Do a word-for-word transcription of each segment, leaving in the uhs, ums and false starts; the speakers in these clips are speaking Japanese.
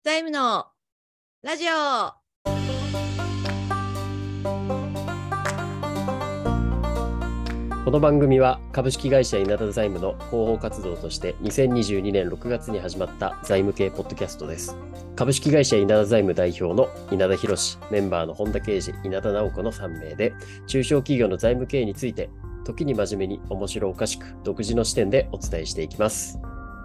財務のラジオ。 この番組は株式会社稲田財務の広報活動としてにせんにじゅうにねんろくがつに始まった財務系ポッドキャストです。株式会社稲田財務代表の稲田博志、メンバーの本田圭司、稲田直子のさんめいで、中小企業の財務経営について、時に真面目に面白おかしく独自の視点でお伝えしていきます。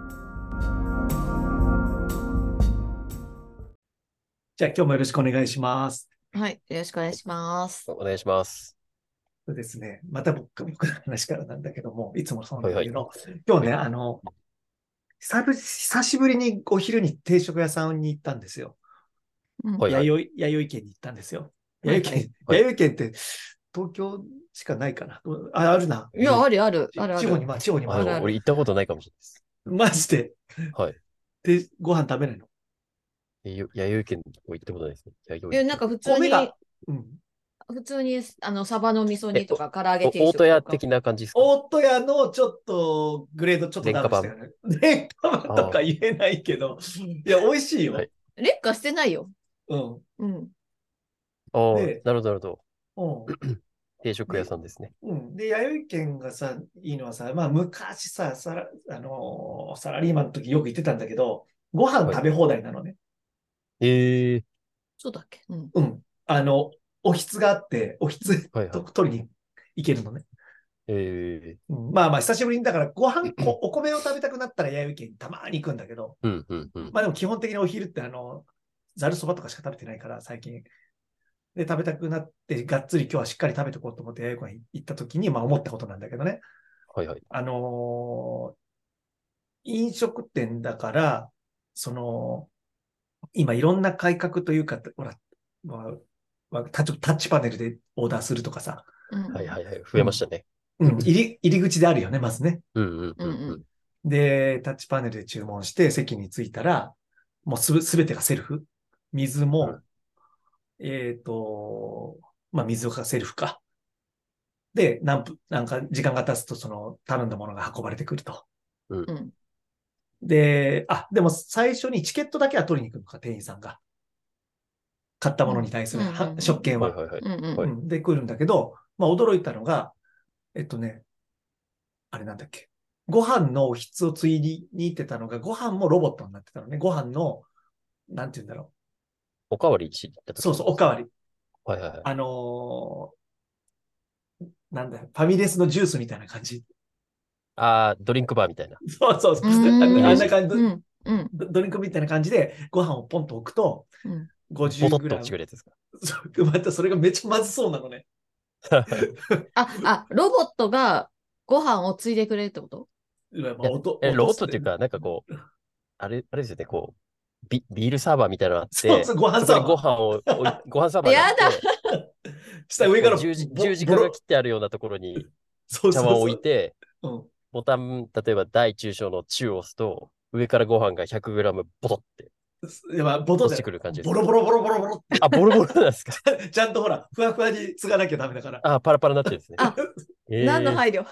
じゃあ今日もよろしくお願いします。 はい、よろしくお願いします。 お願いします。 そうですね。また僕、僕の話からなんだけども、いつもそうなんだけど、 はいはい、 今日ね、あの、久しぶりにお昼に定食屋さんに行ったんですよ。 はいはい、 弥生、弥生県に行ったんですよ。 はいはい、 弥生県、弥生県って東京しかないかな。あ、あるな。 いや、あるある、あるある。 地方にも、地方にもある。俺行ったことないかもしれないです。 マジで。 はい。 で、ご飯食べないの？ 弥生県も行ったことないですね。弥生いや、なんか普通に、 うん、 普通に、あの、サバの味噌煮とか、唐揚げ定食とか。 大戸屋的な感じですか？ 大戸屋のちょっっグレードちょっとダウンしたよね。廉価版とか言えないけど、いや、美味しいよ。はい、 劣化してないよ。 うん。 うん。 ああ、なるほど、なるほど。 うん。定食屋さんですね。 うん。で、弥生県がさ、いいのはさ、まあ、昔さ、サラ、あのー、サラリーマンの時よく行ってたんだけど、ご飯食べ放題なのね。 はい、ええー。 そうだっけ？うん。 うん。あの、おひつがあって、おひつと、はいはい、取りに行けるのね。 えーうん、まあまあ、久しぶりに、だからご飯、お米を食べたくなったら弥生県にたまに行くんだけど、 うんうんうん、 まあでも基本的にお昼ってあの、ざるそばとかしか食べてないから、最近。で、食べたくなって、がっつり今日はしっかり食べておこうと思って、弥生県に行った時に、まあ思ったことなんだけどね。 はいはい。 あのー、飲食店だから、その、今いろんな改革というか、ほら、まあ、タッチパネルでオーダーするとかさ。 うん、はいはいはい。増えましたね。 うん、入り、入り口であるよね、まずね。 うんうんうんうん。 で、タッチパネルで注文して席に着いたら、もうすべ、すべてがセルフ。水も、うん、えっと、まあ、水がセルフか。で、何分、なんか時間が経つと、その、頼んだものが運ばれてくると。 うん。 で、あ、でも最初にチケットだけは取りに行くのか、店員さんが。買ったものに対する、うん、食券は。で、来るんだけど、まあ、驚いたのが、えっとね、あれなんだっけ。ご飯のおひつをついに行ってたのが、ご飯もロボットになってたのね。ご飯の、なんて言うんだろう。おかわりしそうそう、おかわり。 はいはいはい。 あのー、なんだよ、ファミレスのジュースみたいな感じ。 ああ、ドリンクバーみたいな。 そうそうそう。あんな感じ、うんうん、ドリンクみたいな感じで、ご飯をポンと置くと、うん、ごじゅうグラム。ボトッと落ちるやつですか？またそれがめっちゃまずそうなのね。 あ、あ、ロボットがご飯をついでくれるってこと？ まあ、音えロボットっていうか、なんかこう、あれ、あれですよね、こう、ビ, ビールサーバーみたいなのがあって、 そうそう、ご飯サーバー。 そこにご飯を、ご飯サーバーがあって、 やだ下上から十字十字架が切ってあるようなところに茶碗を置いて、ボタン、例えば大中小の中を押すと、上からご飯が ひゃくグラム ボトって。 いや、まあ、ボト落ちてくる感じです。 ボロボロボロボロボロって。 あ、ボロボロなんですか？ ちゃんとほら、ふわふわに継がなきゃダメだから。 あ、パラパラになってるんですね。 あ、えー、何の配慮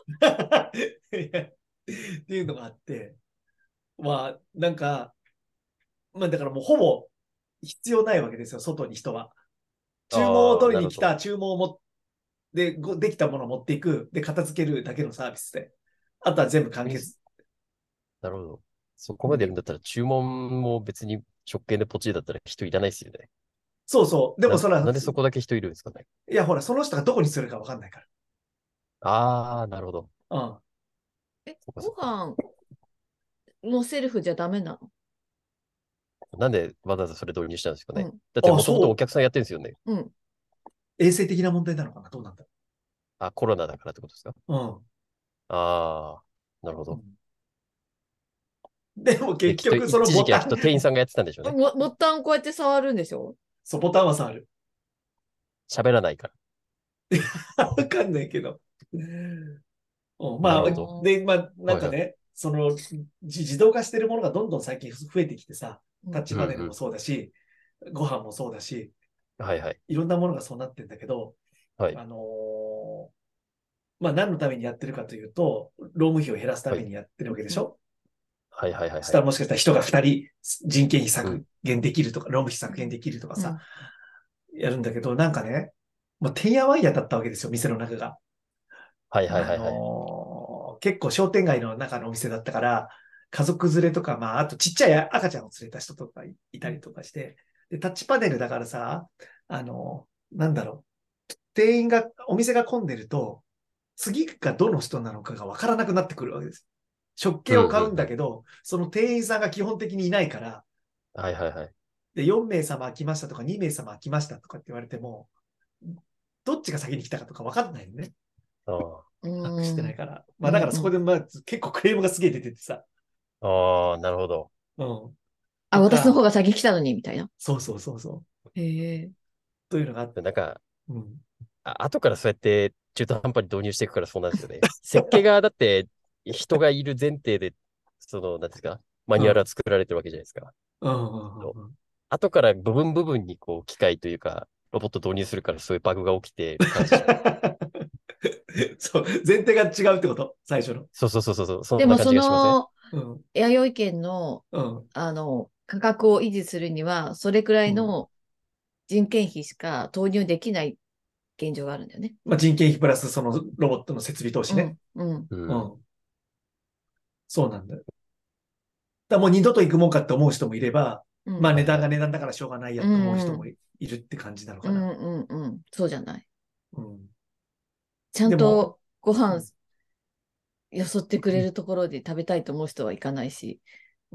っていうのがあって、まあ、なんか、まあだからもうほぼ必要ないわけですよ、外に人は。注文を取りに来た、注文をもで、できたものを持っていく、で、片付けるだけのサービスで。あとは全部完結。 なるほど。そこまでやるんだったら、注文も別に食券でポチだったら人いらないですよね。 そうそう。でもそらな、なんでそこだけ人いるんですかね。 いや、ほら、その人がどこにするかわかんないから。 ああ、なるほど。 うん。 え、ご飯のセルフじゃダメなの？ なんでわざわざそれ導入したんですかね。うん、だってもともとお客さんやってるんですよね。 うん。 衛生的な問題なのかな？どうなんだろう。あ、コロナだからってことですか？ うん。 ああ、なるほど。うんでも結局そのボタン。一時期はきっと店員さんがやってたんでしょうね。 ボタンこうやって触るんでしょ？ そう、ボタンは触る。 喋らないから。 わかんないけど。うん、まあ、で、まあ、なんかね、はいはい、その、自動化してるものがどんどん最近増えてきてさ、タッチパネルもそうだし、うんうん、ご飯もそうだし、 はいはい。 いろんなものがそうなってんだけど、 はい、 あのー、まあ、何のためにやってるかというと、労務費を減らすためにやってるわけでしょ？ はいはいはい、はい。 そしたらもしかしたら人がふたり人件費削減できるとか、労務費削減できるとかさ、うん、やるんだけど、なんかね、まあ、てんやわんやだったわけですよ、店の中が。 はいはいはい、はい。 あのー、結構商店街の中のお店だったから、家族連れとか、まあ、あとちっちゃい赤ちゃんを連れた人とかいたりとかして、で、タッチパネルだからさ、あのー、なんだろう、店員が、お店が混んでると、次がどの人なのかがわからなくなってくるわけです。食券を買うんだけど、うんうんうん、その店員さんが基本的にいないから、 はいはいはい。 で、よん名様来ましたとか、に名様来ましたとかって言われても、どっちが先に来たかとかわかんないよね。 ああ。 把握してないから。まあだからそこでまあ結構クレームがすげえ出ててさ。 ああ、なるほど。 うん。 あ、私の方が先来たのに、みたいな。 そうそうそうそう。 へえ。 というのがあって。 なんか、 うん。 あ後からそうやって中途半端に導入していくからそうなんですよね。設計がだって人がいる前提で、その、なんですか、マニュアルは作られてるわけじゃないですか。 うんうんうんうん、 後から部分部分にこう機械というか、ロボット導入するからそういうバグが起きてる感じします。 そう、前提が違うってこと最初の。 そうそうそうそう、そんでもそな感じがしません？ の、弥生県の、 うん、 あの、価格を維持するには、それくらいの人件費しか投入できない現状があるんだよね。 まあ、人件費プラスそのロボットの設備投資ね。 うん。うん。 うん。そうなんだよ。だもう二度と行くもんかって思う人もいれば、うん、まあ値段が値段だからしょうがないやって思う人もいるって感じなのかな。 うんうんうん。そうじゃない。 うん、 ちゃんとご飯よそってくれるところで食べたいと思う人は行かないし。 うん。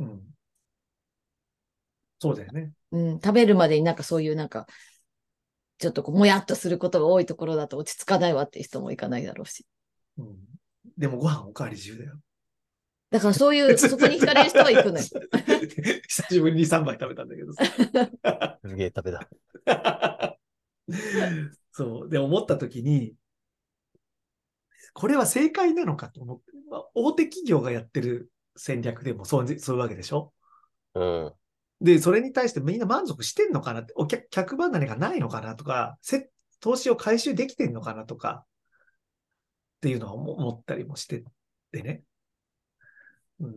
そうだよね。 うん。食べるまでになんかそういうなんか、ちょっとこうもやっとすることが多いところだと落ち着かないわっていう人も行かないだろうし。 うん。でもご飯おかわり自由だよ。 だからそういう、そこに惹かれる人は行くのよ。 久しぶりにさんばい食べたんだけどさ。 すげえ食べた。 そう。で、思ったときに、これは正解なのかと思って、まあ、大手企業がやってる戦略でもそうそういうわけでしょ。 うん。 で、それに対してみんな満足してんのかなって、お客、客離れがないのかなとか、せ投資を回収できてんのかなとか、っていうのは思ったりもしててね。うん。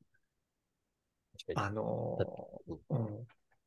あのー、うん。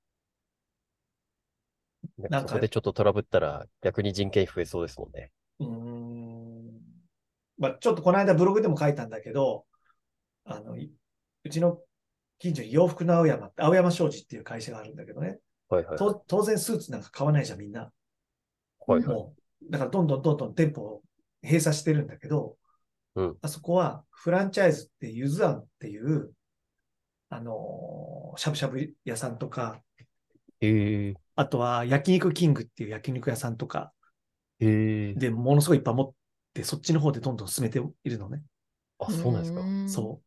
なんかそこでちょっとトラブったら逆に人件費増えそうですもんね。 うーん。まあ、ちょっとこの間ブログでも書いたんだけど、あの、うちの近所に洋服の青山って、青山商事っていう会社があるんだけどね。 はいはい、はい、 当然スーツなんか買わないじゃん、みんな。 はいはい。 もう、だからどんどんどんどん店舗を閉鎖してるんだけど、 うん。 あそこはフランチャイズってゆずあんっていう、あのー、しゃぶしゃぶ屋さんとか、 へえ。 あとは焼肉キングっていう焼肉屋さんとか、 へえ。 で、ものすごいいっぱい持って、そっちの方でどんどん進めているのね。 あ、そうなんですか。 そう。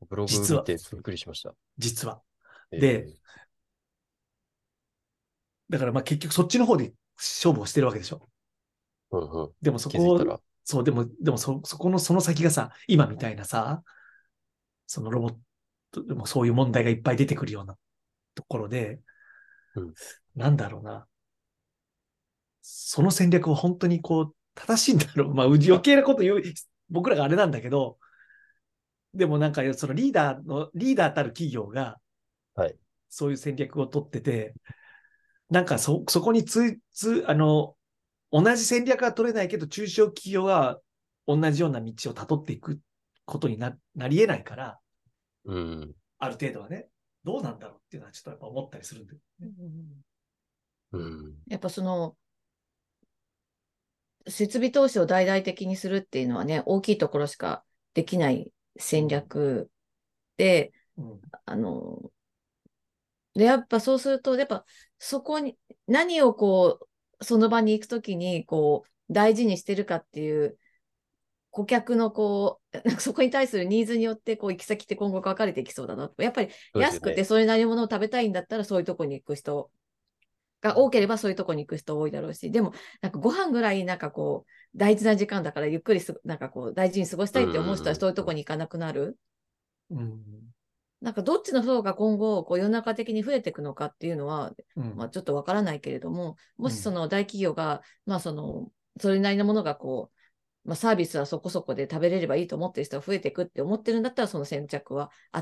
ブログ実は。 見てびっくりしました。 実は。で、 えだからまあ結局そっちの方で勝負をしてるわけでしょ。 うんうん。 でもそこ、 気づいたら。 そう、でも、でもそ、そこの、その先がさ、今みたいなさ、そのロボットでもそういう問題がいっぱい出てくるようなところで、 うん、 なんだろうな。その戦略を本当にこう、正しいんだろう。まあ、余計なこと言う、僕らがあれなんだけど、でもなんか、そのリーダーの、リーダーたる企業が、 はい。 そういう戦略を取ってて、なんかそ、そこにつ、つ、あの、同じ戦略は取れないけど、中小企業は同じような道をたどっていくことに な, なり得ないから、 うん。 ある程度はね、どうなんだろうっていうのはちょっとやっぱ思ったりするんだよね。 うん。 やっぱその、設備投資を大々的にするっていうのはね、大きいところしかできない戦略で、うんうん、あの、で、やっぱそうすると、やっぱそこに、何をこう、その場に行くときに、こう、大事にしてるかっていう、顧客のこう、なんかそこに対するニーズによって、こう、行き先って今後分かれていきそうだな。やっぱり安くてそれなりのものを食べたいんだったら、そういうとこに行く人が多ければそういうとこに行く人多いだろうし、でも、なんかご飯ぐらいなんかこう、大事な時間だからゆっくりす、なんかこう、大事に過ごしたいって思う人はそういうとこに行かなくなる。うん、なんかどっちの方が今後、こう世の中的に増えていくのかっていうのは、うん、まあちょっとわからないけれども、もしその大企業が、うん、まあその、それなりのものがこう、まあサービスはそこそこで食べれればいいと思ってる人が増えていくって思ってるんだったら、その先着は合ってる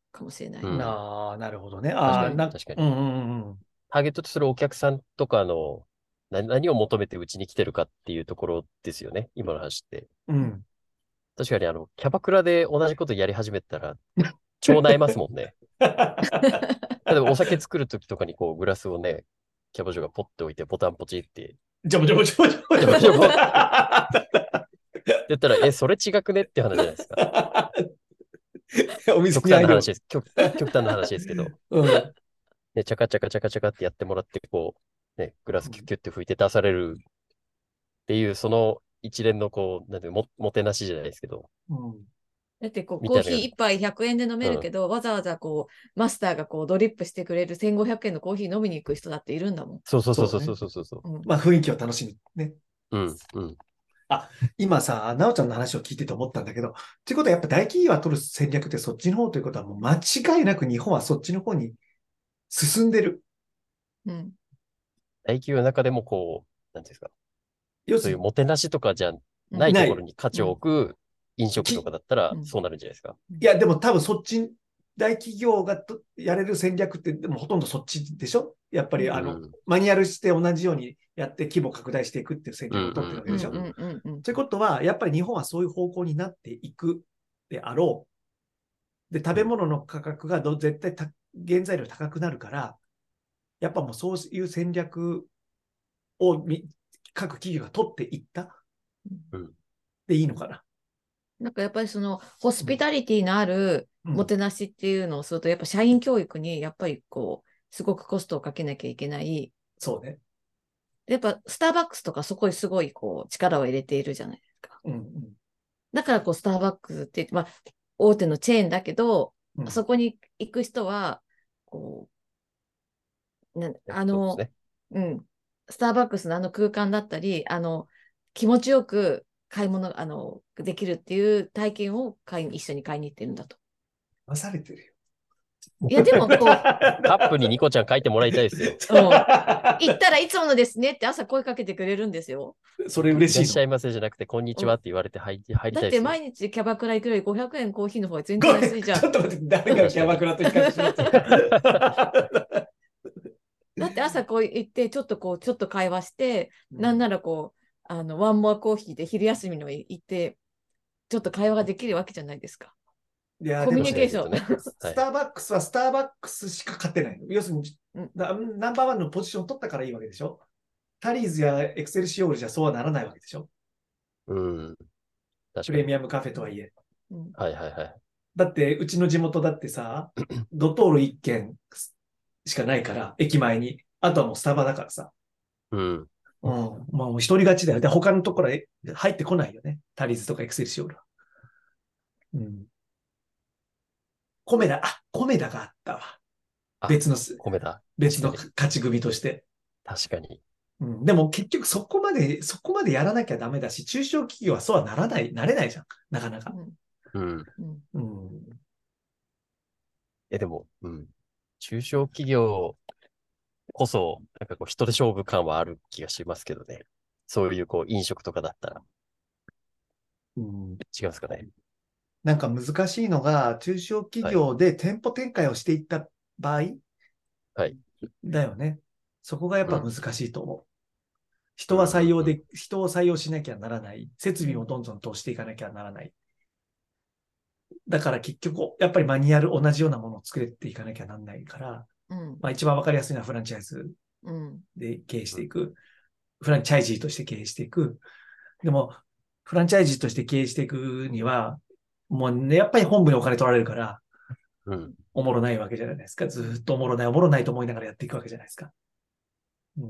かもしれない。 うん、 ああ、なるほどね。ああ、 確かに。 うんうんうん。 ターゲットとするお客さんとかの何、何を求めてうちに来てるかっていうところですよね、今の話って。 うん。 確かにあの、キャバクラで同じことやり始めたら、超悩ますもんね。例えばお酒作るときとかにこう、グラスをね、キャバ嬢がポッて置いて、ボタンポチって、 ジョボジョボジョボジョボジョボジョボって言ったら、え、それ違くねって話じゃないですか。 お店極に入る。 端な話です。極、極端な話ですけど、 うん。 ね、チャカチャカチャカチャカってやってもらって、こう、ね、グラスキュッキュって拭いて出されるっていう、その一連のこう、なんていうのも、もてなしじゃないですけど、 うん。 だってこう、 みたいなのが、 コーヒー一杯ひゃくえんで飲めるけうど、わざわざこう、マスターがこう、ドリップしてくれるせんごひゃくえんのコーヒー飲みに行く人だっているんだもん。 そうそうそうそうだね。 そうそうそうそう。 うん。 まあ雰囲気を楽しみ。ね。 うん、うん。 あ、今さ、なおちゃんの話を聞いてて思ったんだけど、っていうことはやっぱ大企業は取る戦略ってそっちの方ということはもう間違いなく日本はそっちの方に進んでる。 うん。 大企業の中でもこう、なんていうんですか、そういう要するもてなしとかじゃないに、ない。 ところに価値を置く飲食ときかだったらうんそうなるんじゃないですか。 いや、でも多分そっち、大企業がとやれる戦略って、でもほとんどそっちでしょやっぱり、あの、 うん、 マニュアルして同じようにやって規模拡大していくっていう戦うん、 略を取ってるわけうん。 でしょ、 うん。うん。うん。 ということは、やっぱり日本はそういう方向になっていくであろう。で、食べ物の価格がど絶対た原材料高くなるから、やっぱもうそういう戦略をみ各企業が取っていったうん、 でいいのかな。 なんかやっぱりその、ホスピタリティのあるうん。 もてなしっていうのをすると、やっぱ社員教育にやっぱりこう、すごくコストをかけなきゃいけない。 そうね。 やっぱスターバックスとかそこにすごいこう、力を入れているじゃないですか。 うん。 だからこう、スターバックスって、まあ、大手のチェーンだけど、 うん。 そこに行く人は、こう、なあの、 そうですね。 うん、スターバックスのあの空間だったり、あの、気持ちよく買い物、あの、できるっていう体験を買い一緒に買いに行ってるんだと。 騙されてるよ。 いや、でも、こう、 カップにニコちゃん書いてもらいたいですよ。 うん、行ったらいつものですねって朝声かけてくれるんですよ。 それいらっ嬉しいの。 しゃいませじゃなくて、こんにちはって言われて入り入りだってたいですよ。 毎日キャバクラ行くよりごひゃくえんコーヒーの方が全ごめん、 然安いじゃん。 ちょっと待って、誰がキャバクラと比較しろって言っただって朝こう行って、ちょっとこう、ちょっと会話して、 うんなんならこう、あの、ワンモアコーヒーで昼休みの行って、ちょっと会話ができるわけじゃないですか。 いや、 コミュでもね、 ニケーション。 ね。はい。 スターバックスはスターバックスしか勝てないの。要するに、 うんナナンバーワンのポジションを取ったからいいわけでしょ。タリーズやエクセルシオールじゃそうはならないわけでしょ。 うん。確プかに。 レミアムカフェとはいえ。 うんはいはいはい。 だって、うちの地元だってさ、ドトール一軒しかないから、駅前に。あとはもうスタバだからさ。 うん。 うん。まあもう一人勝ちだよ。で、他のところへ入ってこないよね。タリーズとかエクセルシオールは。うん。コメダ、あ、コメダがあったわ。 あ、 別のす、 米だ。 別の確かに。 勝ち組として。 確かに。 うん、でも結局そこまで、そこまでやらなきゃダメだし、中小企業はそうはならない、なれないじゃん。なかなか。 うん。 うんうん。 え、でも、うん。中小企業こそ、なんかこう、人で勝負感はある気がしますけどね。そういうこう、飲食とかだったら。 うん、 違うんですかね。 なんか難しいのが、中小企はい。 業で店舗展開をしていった場合はい。 だよね。そこがやっうん。 ぱ難しいと思う。 うん、 人は採うん、うん。 用で、人を採用しなきゃならない。設備うんをどんどん通していかなきゃならない。だから結局、やっぱりマニュアル同じようなものを作れていかなきゃならないから、 うんまあ一番わかりやすいのはフランチャイズうんで経営しうん。 ていく。フランチャイジーとして経営していく。でも、フランチャイジーとして経営していくには、もうね、やっぱり本部にお金取られるから、 うん。 おもろないわけじゃないですか。ずっとおもろない、おもろないと思いながらやっていくわけじゃないですか。うん。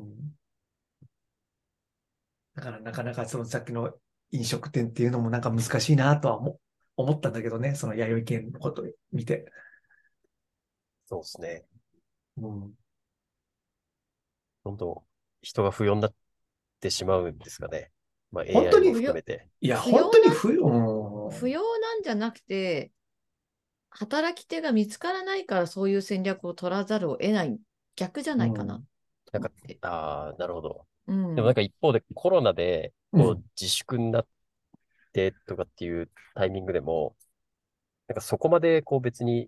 だからなかなかそのさっきの飲食店っていうのもなんか難しいなとは思思ったんだけどね、その弥生県のことを見て。 そうですね。 うん、 どんどん人が不要になってしまうんですかね。まあ本当エーアイ もに、 不要、 含めて。 いや、 不要な、 本当に不要。 不要なんじゃなくて、働き手が見つからないからそういう戦略を取らざるを得ない。逆じゃうないかなん。 なんか、 と思って。 ああ、なるほど。 うん。 でもなんか一方でコロナでこううん。 自粛になってとかっていうタイミングでも、なんかそこまでこう別に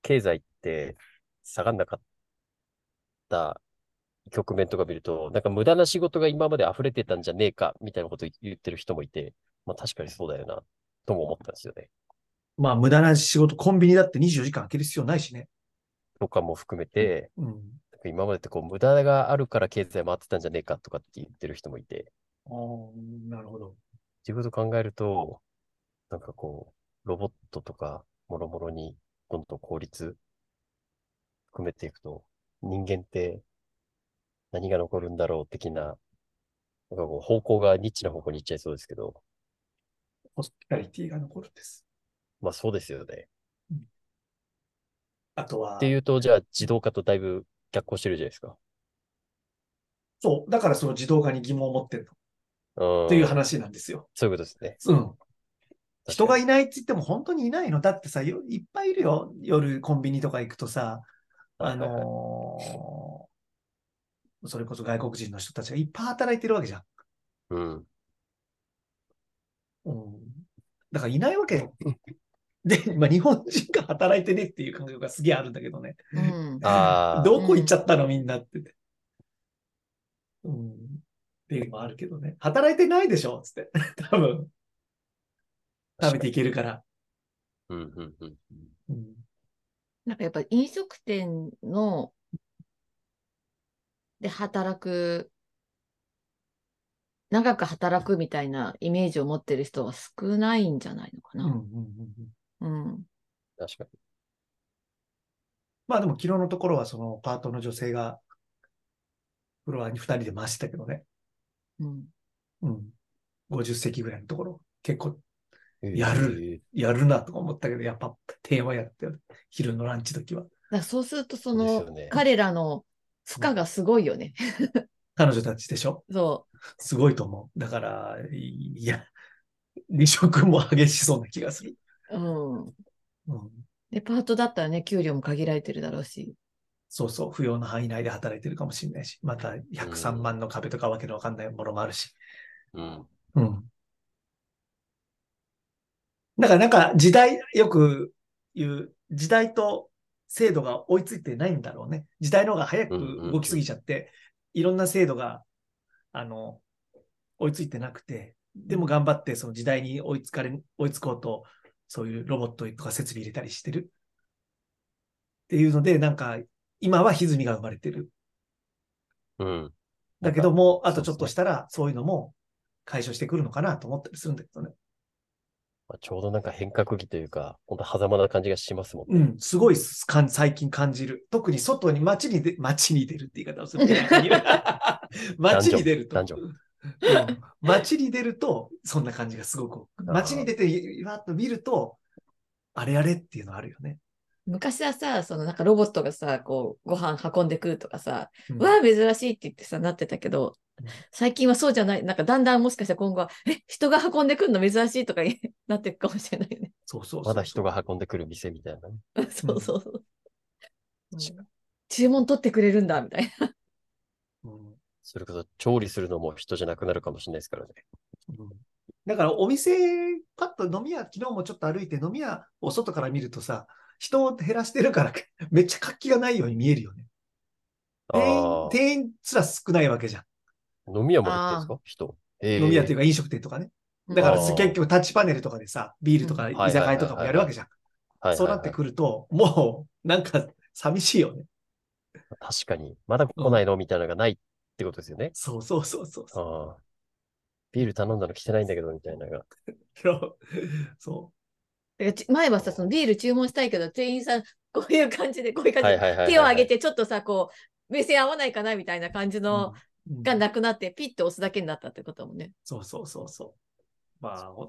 経済って下がんなかった局面とか見ると、なんか無駄な仕事が今まで溢れてたんじゃねえか、みたいなこと言ってる人もいて、まあ確かにそうだよな、とも思ったんですよね。 まあ無駄な仕事、コンビニだってにじゅうよじかん開ける必要ないしね。 とかも含めて、 うん。 今までってこう無駄があるから経済回ってたんじゃねえかとかって言ってる人もいて、 ああ、なるほど。 っていうことを考えると、なんかこう、ロボットとか、もろもろに、どんどん効率含めていくと、人間って何が残るんだろう的な、なんかこう方向がニッチな方向に行っちゃいそうですけど、 ホスピタリティが残るんです。 まあそうですよね。 うん、あとは、 っていうと、じゃあ自動化とだいぶ逆行してるじゃないですか。 そう、だからその自動化に疑問を持ってるうん。 という話なんですよ。 そういうことですね。 うん。人確かに。 がいないって言っても本当にいないのだってさ、よいっぱいいるよ。夜コンビニとか行くとさ、あはいはいはい。 のーそれこそ外国人の人たちがいっぱい働いてるわけじゃん。 うん。 うん。だからいないわけで、まあ、日本人が働いてねっていう感覚がすげえあるんだけどね。 うん。 ああ、 どこ行っちゃうん。 ったのみんなって。うん。っていうのもあるけどね。働いてないでしょつって。多分、食べてい確かに。 けるから。 うん、うん、うん。 うん。 なんかやっぱり飲食店の、で働く、長く働くみたいなイメージを持ってる人は少ないんじゃないのかうん。うん。 な。 うん。 うん。 確かに。 まあでも昨日のところはそのパートの女性がフロアにふたりで回してたけどね。 うん。 うん。ごじゅっ席ぐらいのところ。結構、 えやる、 え、 やるなとか思ったけど、やっぱ、テーマやってる。昼のランチ時は。 だからそうすると、そそうですの、 よね。 彼らの負荷がすごいよね。 彼女たちでしょ？ そすごいと思う。だから、いや、離職も激しそうな気がする。 う。うん。 うん、 で、パートだったらね、給料も限られてるだろうし。 そうそう、扶養の範囲内で働いてるかもしれないし、またうひゃくさんまんん。 の壁とかわけのわかんないものもあるし。 うん。 うん。だからなんか時代、よく言う、時代と制度が追いついてないんだろうね。時代の方が早うん。 くうん。 動きすぎちゃって、いろんな制度が、あの、追いついてなくて、でも頑張ってその時代に追いつかれ、追いつこうと、そういうロボットとか設備入れたりしてるっていうので、なんか、今は歪みが生まれてる。 うん。なんか、 だけども、あとちょっそうですね。 としたら、そういうのも解消してくるのかなと思ったりするんだけどね。 まあ、ちょうどなんか変革期というか、本当狭間な感じがしますもんね。 うん、すごいかん最近感じる。特に外に街にで、街に出るって言い方をするとなんか言う街にダンジョン、 出ると、 ダンジョン。 うん、街に出ると、そんな感じがすごく。街にああ、 出て、わっと見ると、あれあれっていうのあるよね。 昔はさ、そのなんかロボットがさ、こう、ご飯運んでくるとかさ、 うん、 わあ、珍しいって言ってさ、なってたけど、最近はそうじゃない、なんかだんだんもしかしたら今後は、え、人が運んでくるの珍しいとかになっていくかもしれないよね。 そうそうまだそうそ人が運んでくる店みたいなね。 う。うそうん、 そうそう。う確かに。 ん、注文取ってくれるんだ、みたいな。 うん、 それこそ調理するのも人じゃなくなるかもしれないですからね。 うん、だからお店、パッと飲み屋、昨日もちょっと歩いて飲み屋を外から見るとさ、人を減らしてるからめっちゃ活気がないように見えるよね。店員、 ああ、 店員すら少ないわけじゃん。 飲み屋も減ってんですあか人？ 飲み屋とええ、 いうか飲食店とかね。 あ、うだからん、 結ああ、 局タッチパネルとかでさ、ビールとかうん。 居はいはい酒屋とかもはいはいはい。 やるわけじゃん。 はいそうなってはいはい。 くると、もうなんか寂しいよね。 確かに。まだうん。 来ないのみたいなのがないってことですよね。 そうそうそうそうそああ、ビール頼んだの来てないんだけど、みたいなのが。 う。そだからち前はさ、そのあビール注文したいけど、店員さん、こういう感じで、こういう感じで、 はいはいはいはいはい。 手を挙げて、ちょっとさ、こう、目線合わないかなみたいな感じう。うの、 ん。うがん、 なくなって、ピッと押すだけになったってこともね。 そうそうそうそう。まあ、うん、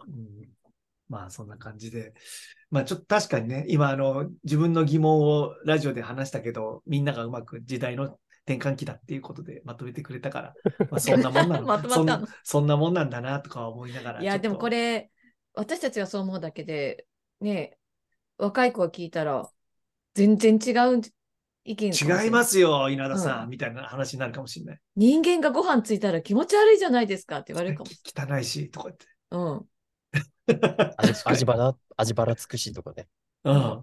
まあそんな感じで。まあちょっと確かにね、今あの自分の疑問をラジオで話したけど、みんながうまく時代の転換期だっていうことでまとめてくれたから、まあそんなもんなの、 まとまそん、 ったの。 そんなもんなんだなとか思いながいや、でもこらちょっと。 れ、私たちがそう思うだけで、ね、若い子が聞いたら、全然違う意見かも違いしれない。 ますよ、稲田さん、 うん。 みたいな話になるかもしれない。 人間がご飯ついたら気持ち悪いじゃないですかって言われるかもし汚いし、とか言って。 れない。うん。 味、 確かに。 味バラ、味バラ尽くしとかね。 うん。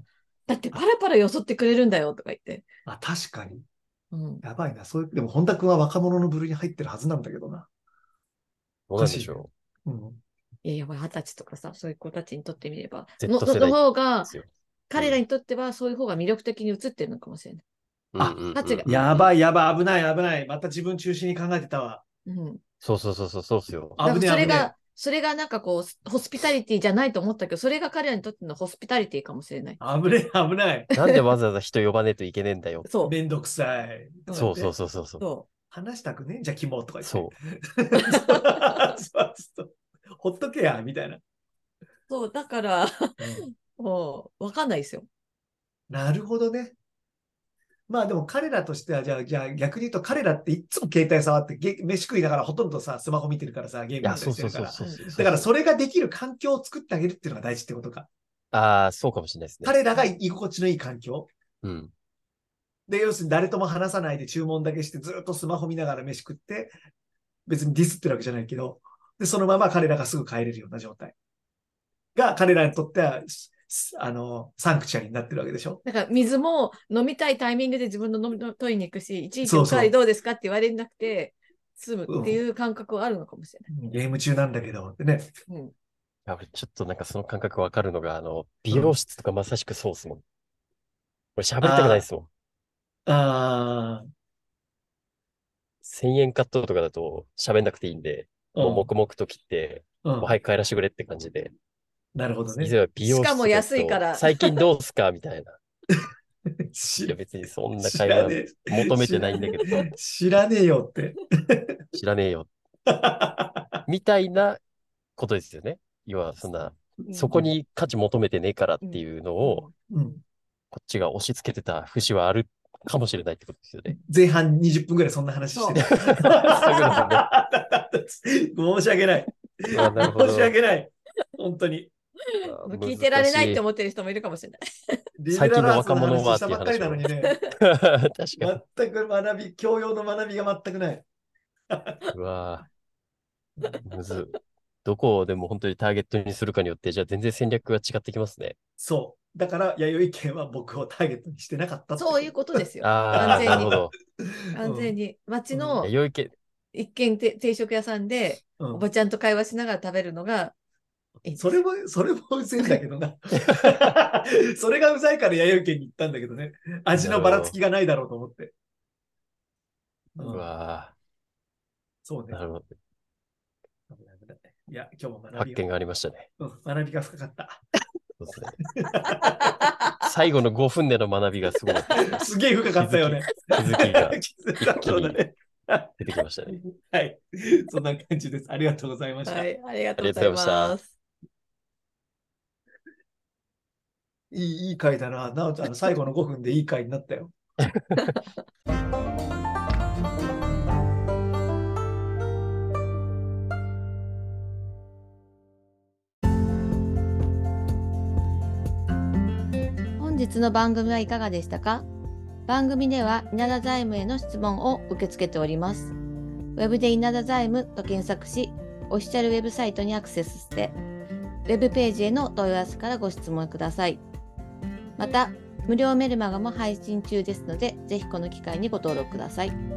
だってパラパラよそってくれるんだよとか言って。 あ、確かに。 うん、 やばいな。そういう、でも本田君は若者の部類に入ってるはずなんだけどな。 おかしいでしょう。うん。 いや、やばい、二十歳とかさ、そういう子たちにとってみれば、 の, の, の方が、彼らにとってはそういう方が魅力的に映ってるのかもしれない。 うん、 あ、 うん、 価値が。 やばい、やばい、危ない、危ない。また自分中心に考えてたわ。 うん。 そうそうそうそう、そうっすよ。 危ねえ、それが、それがなんかこう、ホスピタリティじゃないと思ったけど、それが彼らにとってのホスピタリティかもしれない。 危ねえ、危ない。 なんでわざわざ人呼ばねえといけねえんだよ。 そう。 めんどくさい。 そうそうそうそうそう。 そう話したくねじゃあ、キモとか言って。 そう。 そうそう。ほっとけや、みたいな。 そう、だから、うん、もう、わかんないですよ。 なるほどね。まあでも彼らとしては、じゃあ、じゃあ逆に言うと彼らっていつも携帯触ってゲ、飯食いながらほとんどさ、スマホ見てるからさ、ゲームやったりしてるから。だからそれができる環境を作ってあげるっていうのが大事ってことか。 ああ、そうかもしれないですね。 彼らが居心地のいい環境。 うん。 で、要するに誰とも話さないで注文だけしてずっとスマホ見ながら飯食って、別にディスってるわけじゃないけど、で、そのまま彼らがすぐ帰れるような状態が彼らにとっては、あの、サンクチュアリになってるわけでしょ。 だから水も飲みたいタイミングで自分の飲み取りに行くし、いちいちおかわりどうですかって言われなくて済むっていう感覚はあるのかもしれない。 うん、ゲーム中なんだけどってね。 うん、 やちょっとなんかその感覚わかるのが、あの、美容室とかまさしくそうっすもん。これ喋りたくないっすもん。 ああ。 せんえんカットとかだと喋んなくていいんで、うん、もう黙々と切って、うん、もう早く帰らしてくれって感じで。 なるほどね。 美容室しかも安いから。 最近どうすかみたいな。いや別にそんな会話求めてないんだけど。 知らねえよって。 知らねえよ。みたいなことですよね。要はそんな、うん、そこに価値求めてねえからっていうのを、うん、こっちが押し付けてた節はあるかもしれないってことですよね。 前半にじゅっぷんぐらいそんな話してる。申し訳ない。申し訳ない。本当に。 聞いてられないって思ってる人もいるかもしれない。 最近の若者はっていう話なのにね。 確かに。 全く学び、教養の学びが全くない。 うわぁ。むず。どこをでも本当にターゲットにするかによって、じゃあ全然戦略が違ってきますね。 そう。だから、弥生県は僕をターゲットにしてなかったって。 そういうことですよ。 ああ、なるほど。 完全に。町の弥生県。 一軒定食屋さんで、おばちゃんと会話しながら食べるのが、 それも、それもうぜんだけどな。それがうざいから弥生県に行ったんだけどね。味のばらつきがないだろうと思って。 うわぁ。 そうね。 なるほど。 いや、今日も学びが。 発見がありましたね。 うん、学びが深かった。 そうですね。最後のごふんでの学びがすごい。 すげえ深かったよね。 気づきが気づきがそうだね。 出てきましたね。 はい。そんな感じです。ありがとうございました。 はい、ありがとうございます。 いい、いい回だな。なおちゃん、最後のごふんでいい回になったよ。 本日の番組はいかがでしたか？番組では稲田財務への質問を受け付けております。ウェブで稲田財務と検索し、オフィシャルウェブサイトにアクセスして、ウェブページへの問い合わせからご質問ください。また、無料メルマガも配信中ですので、ぜひこの機会にご登録ください。